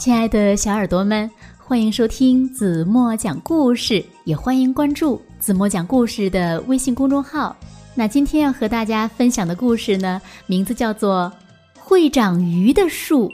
亲爱的小耳朵们，欢迎收听子墨讲故事，也欢迎关注子墨讲故事的微信公众号。那今天要和大家分享的故事呢，名字叫做《会长鱼的树》。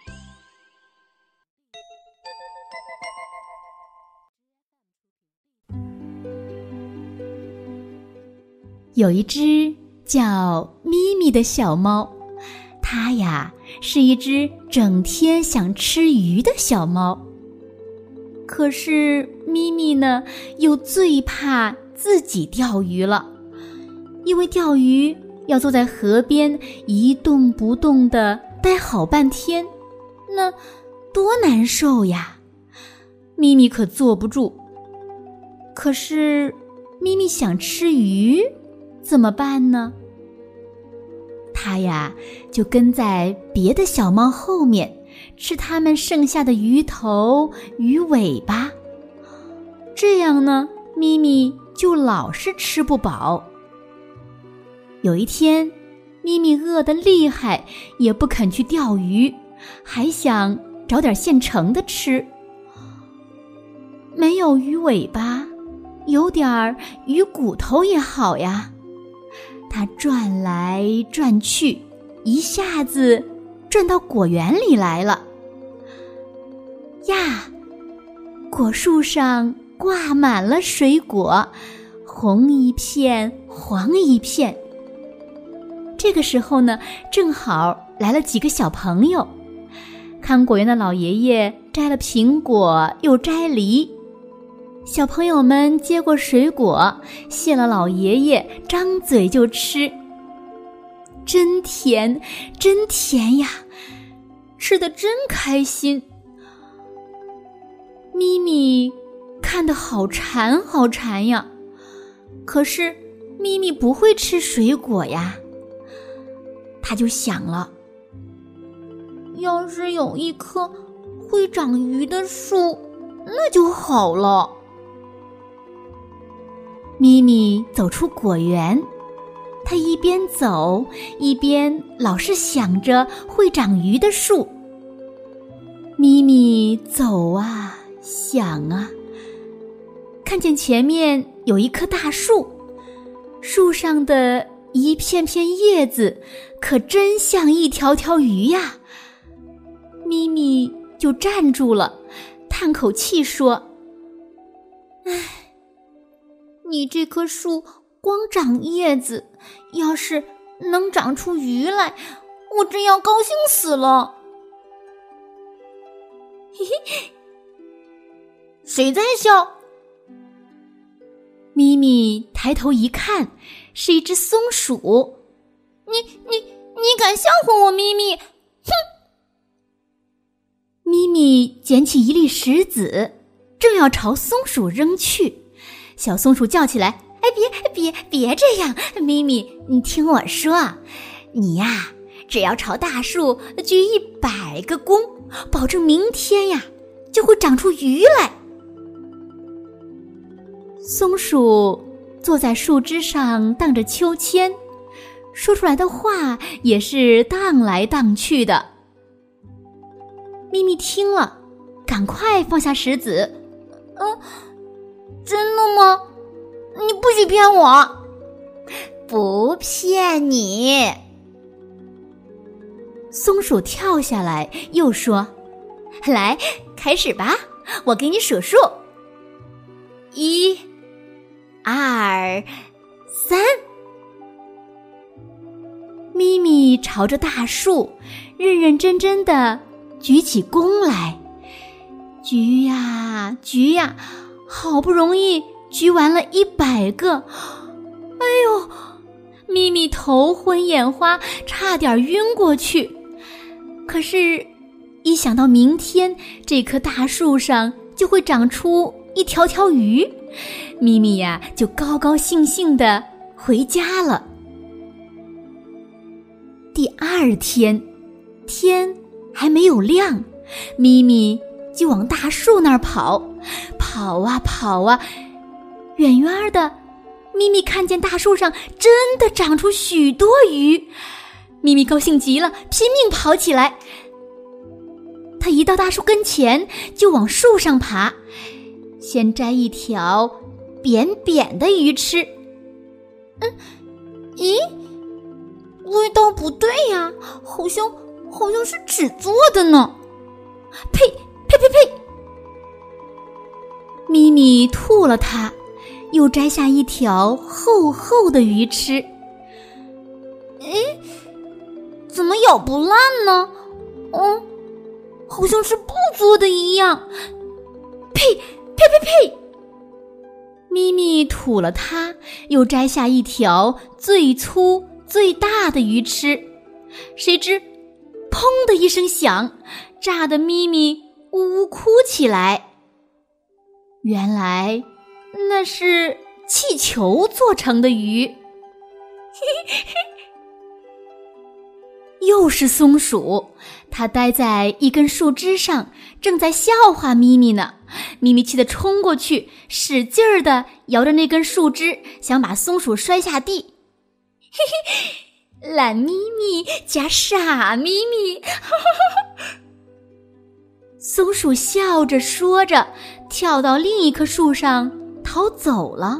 有一只叫咪咪的小猫，它呀是一只整天想吃鱼的小猫。可是咪咪呢，又最怕自己钓鱼了，因为钓鱼要坐在河边一动不动地待好半天，那多难受呀！咪咪可坐不住。可是咪咪想吃鱼，怎么办呢？它呀就跟在别的小猫后面，吃它们剩下的鱼头、鱼尾巴。这样呢，咪咪就老是吃不饱。有一天，咪咪饿得厉害，也不肯去钓鱼，还想找点现成的吃。没有鱼尾巴，有点鱼骨头也好呀。它转来转去，一下子转到果园里来了。呀，果树上挂满了水果，红一片，黄一片。这个时候呢，正好来了几个小朋友。看果园的老爷爷摘了苹果，又摘梨。小朋友们接过水果，谢了老爷爷，张嘴就吃。真甜，真甜呀，吃得真开心。咪咪看得好馋好馋呀，可是咪咪不会吃水果呀。他就想了，要是有一棵会长鱼的树，那就好了。咪咪走出果园，它一边走一边老是想着会长鱼的树。咪咪走啊想啊，看见前面有一棵大树，树上的一片片叶子可真像一条条鱼呀。咪咪就站住了，叹口气说：唉，你这棵树光长叶子，要是能长出鱼来，我真要高兴死了。嘿嘿，谁在笑？咪咪抬头一看，是一只松鼠。你敢笑话我咪咪？哼！咪咪捡起一粒石子，正要朝松鼠扔去。小松鼠叫起来：哎，别这样，咪咪，你听我说，你呀，只要朝大树鞠100个躬，保证明天呀就会长出鱼来。松鼠坐在树枝上荡着秋千，说出来的话也是荡来荡去的。咪咪听了，赶快放下石子。真的吗？你不许骗我！不骗你。松鼠跳下来，又说：来，开始吧，我给你数数。1、2、3。咪咪朝着大树认认真真地举起弓来，举呀举呀，好不容易举完了100个。哎呦，咪咪头昏眼花，差点晕过去。可是一想到明天这棵大树上就会长出一条条鱼，咪咪呀就高高兴兴地回家了。第2天，天还没有亮，咪咪就往大树那儿跑啊，远远的，咪咪看见大树上真的长出许多鱼，咪咪高兴极了，拼命跑起来。 他一到大树跟前，就往树上爬，先摘一条扁扁的鱼吃。 咦，味道不对呀，好像是纸做的呢。 呸呸呸呸！咪咪吐了它，又摘下一条厚厚的鱼吃。 怎么咬不烂呢？好像是布做的一样。 呸呸呸呸！咪咪吐了它，又摘下一条最粗最大的鱼吃。谁知砰的一声响，炸得咪咪呜呜哭起来。原来那是气球做成的鱼。又是松鼠，它待在一根树枝上，正在笑话咪咪呢。咪咪气得冲过去，使劲儿地摇着那根树枝，想把松鼠摔下地。懒咪咪加傻咪咪。松鼠笑着说着，跳到另一棵树上逃走了。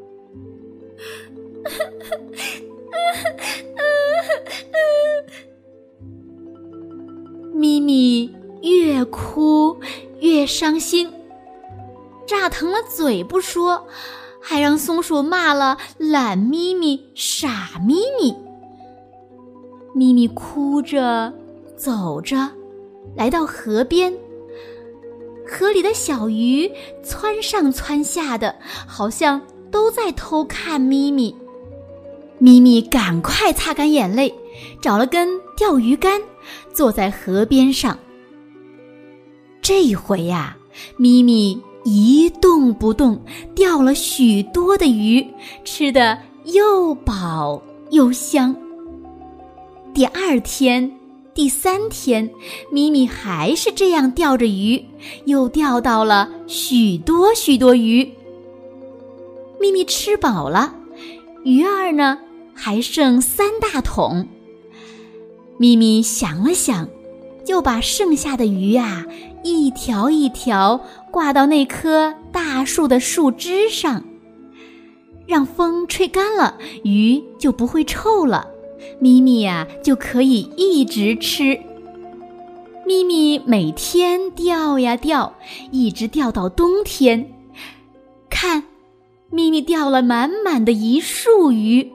咪咪越哭越伤心，炸疼了嘴不说，还让松鼠骂了懒咪咪、傻咪咪。咪咪哭着走着，来到河边，河里的小鱼窜上窜下的，好像都在偷看咪咪。咪咪赶快擦干眼泪，找了根钓鱼竿，坐在河边上。这回呀，咪咪一动不动，钓了许多的鱼，吃得又饱又香。第二天、第三天，咪咪还是这样钓着鱼，又钓到了许多许多鱼。咪咪吃饱了，鱼儿呢还剩3大桶。咪咪想了想，就把剩下的鱼啊一条一条挂到那棵大树的树枝上，让风吹干了，鱼就不会臭了，咪咪呀就可以一直吃。咪咪每天钓呀钓，一直钓到冬天。看，咪咪钓了满满的一束鱼。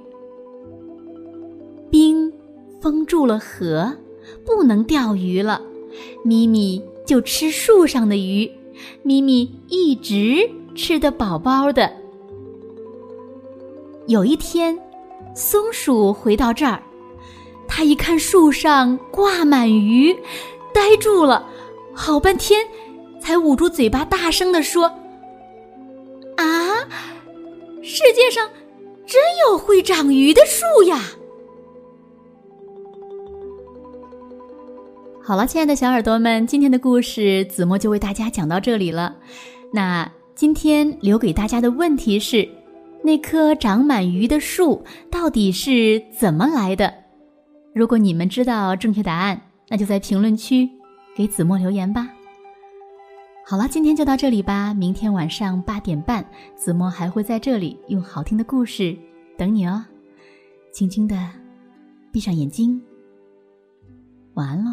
冰封住了河，不能钓鱼了，咪咪就吃树上的鱼。咪咪一直吃得饱饱的。有一天，松鼠回到这儿，它一看树上挂满鱼，呆住了，好半天才捂住嘴巴大声地说：啊，世界上真有会长鱼的树呀！好了，亲爱的小耳朵们，今天的故事子墨就为大家讲到这里了。那今天留给大家的问题是，那棵长满鱼的树到底是怎么来的？如果你们知道正确答案，那就在评论区给子墨留言吧。好了，今天就到这里吧，明天晚上8点半，子墨还会在这里用好听的故事等你哦。轻轻地闭上眼睛，晚安喽。